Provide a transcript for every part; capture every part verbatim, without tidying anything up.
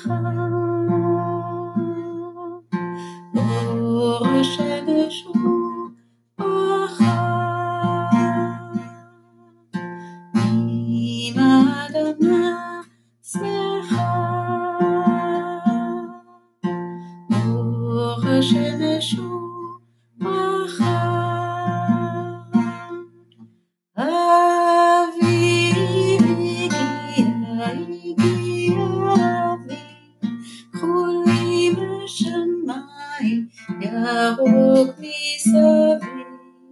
אור השמש הוא ברכה, אם האדמה שמחה. אור השמש הוא ברכה, אביב הגיע, הגיע אביב, חולים בשמיים, ירוק מסביב.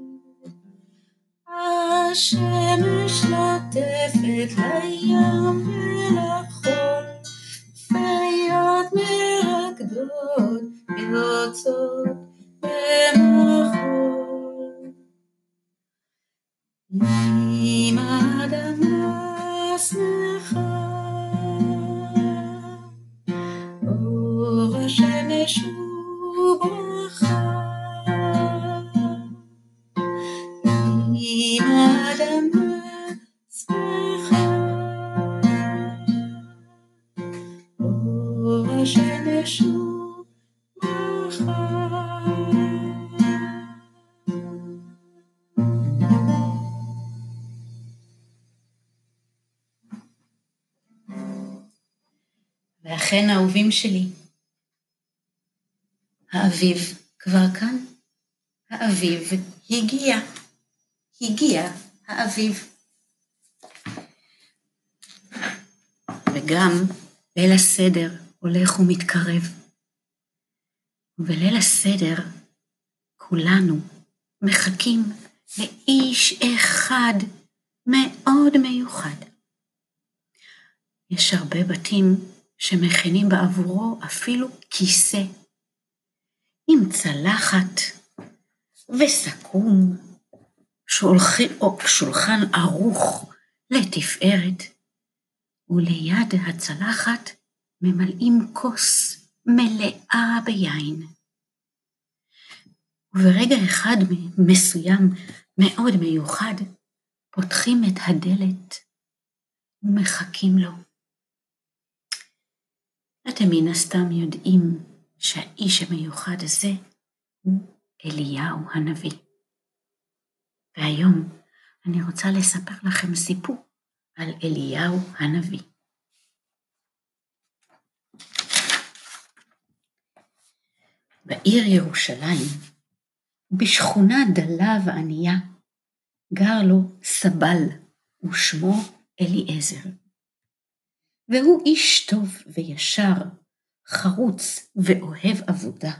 השמש לטפת לים ולחול, פיות מרקדות יוצאות במחול. אם האדמה שמחה, אור השמש הוא ברכה. אם האדמה שמחה, אור השמש הוא ברכה. ואכן האהובים שלי, האביב כבר כאן, האביב הגיע, הגיע האביב. וגם ליל הסדר הולך ומתקרב, ובליל הסדר כולנו מחכים לאיש אחד מאוד מיוחד. יש הרבה בתים שמכינים בעבורו אפילו כיסא, עם צלחת וסכו"ם, שולחן ערוך לתפארת, וליד הצלחת ממלאים כוס מלאה ביין. וברגע אחד מסוים מאוד מיוחד, פותחים את הדלת ומחכים לו. אתם מן הסתם יודעים שהאיש המיוחד הזה הוא אליהו הנביא. והיום אני רוצה לספר לכם סיפור על אליהו הנביא. בעיר ירושלים, בשכונה דלה וענייה, גר לו סבל ושמו אליעזר. והוא איש טוב וישר, חרוץ ואוהב עבודה.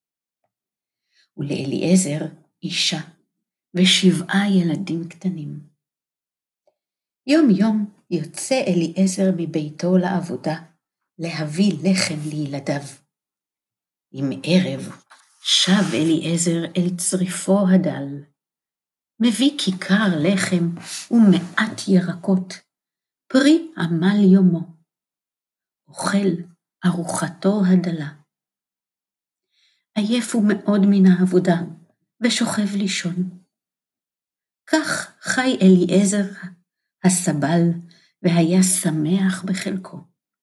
ולאליעזר אישה ושבעה ילדים קטנים. יום יום יוצא אליעזר מביתו לעבודה, להביא לחם לילדיו. עם ערב שב אליעזר אל צריפו הדל, מביא כיכר לחם ומעט ירקות, פרי עמל יומו, אוכל ארוחתו הדלה. עייף הוא מאוד מן העבודה ושוכב לישון. כך חי אליעזר הסבל והיה שמח בחלקו.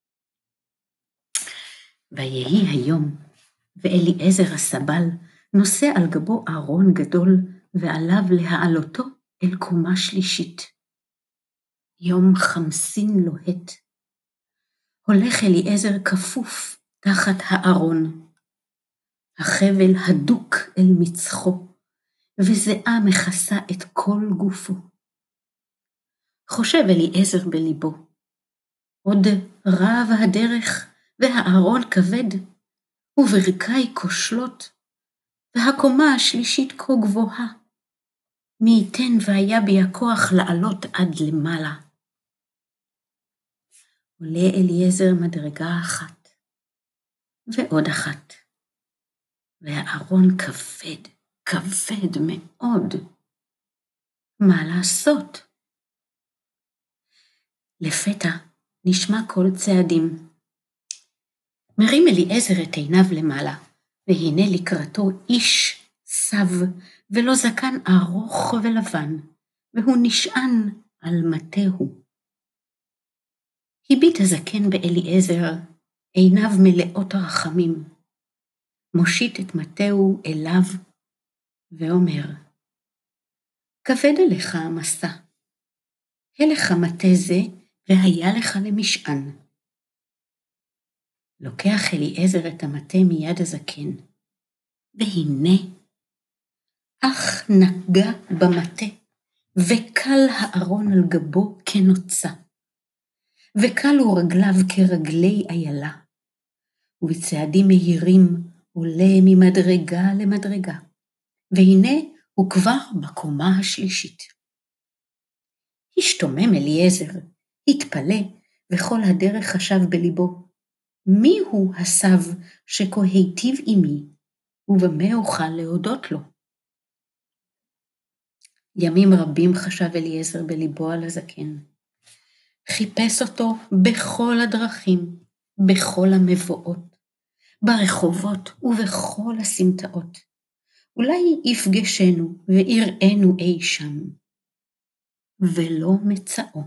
ויהי היום, ואליעזר הסבל נושא על גבו ארון גדול ועליו להעלותו אל קומה שלישית. יום חמסין לוהט. הולך אליעזר כפוף תחת הארון. החבל הדוק אל מצחו, וזיעה מכסה את כל גופו. חושב אליעזר בליבו, עוד רב הדרך והארון כבד, וברכי כושלות, והקומה השלישית כה גבוהה. מי ייתן והיה בי הכוח לעלות עד למעלה. עולה אליעזר מדרגה אחת, ועוד אחת, והארון כבד, כבד מאוד. מה לעשות? לפתע נשמע קול צעדים. מרים אליעזר את עיניו למעלה, והנה לקראתו איש סב ולא זקן ארוך ולבן, והוא נשען על מטהו. הביט הזקן באליעזר, עיניו מלאות רחמים, מושיט את מטהו אליו ואומר, כבד עליך המסע, הלך מטה זה והיה לך למשען. לוקח אליעזר את המטה מיד הזקן, והנה, אך נגע במטה, וקל הארון על גבו כנוצה, וקלו רגליו כרגלי איילה, ובצעדים מהירים עולה ממדרגה למדרגה, והנה הוא כבר בקומה השלישית. השתומם אליעזר, התפלא, וכל הדרך חשב בליבו, מי הוא הסב שכה היטיב עמי, ובמה אוכל להודות לו? ימים רבים חשב אליעזר בליבו על הזקן. חיפש אותו בכל הדרכים, בכל המבואות, ברחובות ובכל הסמטאות. אולי יפגשנו ויראנו אי שם, ולא מצאו.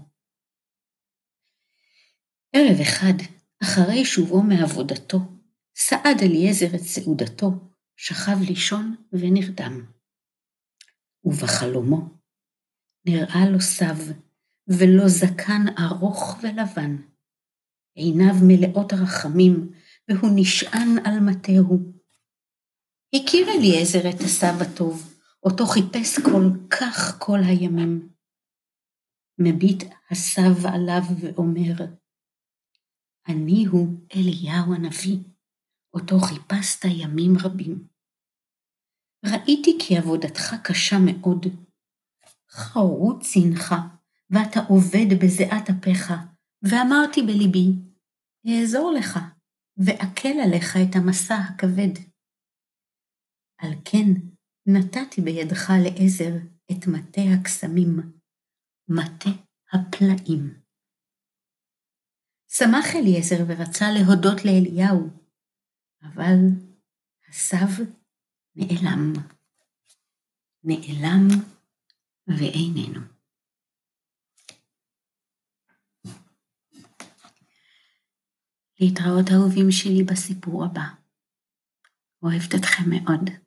ערב אחד, אחרי שובו מעבודתו, סעד אליעזר את סעודתו, שכב לישון ונרדם. ובחלומו נראה לו סב, ולא זקן ארוך ולבן, עיניו מלאות רחמים, והוא נשען על מטהו. הכיר אליעזר את הסב הטוב, אותו חיפש כל כך כל הימים. מביט הסב עליו ואומר, אני הוא אליהו הנביא, אותו חיפשת ימים רבים. ראיתי כי עבודתך קשה מאוד, חרוץ סינך, ואתה עובד בזיעת אפיך, ואמרתי בליבי, אעזור לך, ואקל עליך את המסע הכבד. על כן נתתי בידך לעזר את מטה הקסמים, מטה הפלאים. שמח אליעזר ורצה להודות לאליהו, אבל הסב נעלם, נעלם ואיננו. להתראות אהובים שלי בסיפור הבא. אוהבת אתכם מאוד.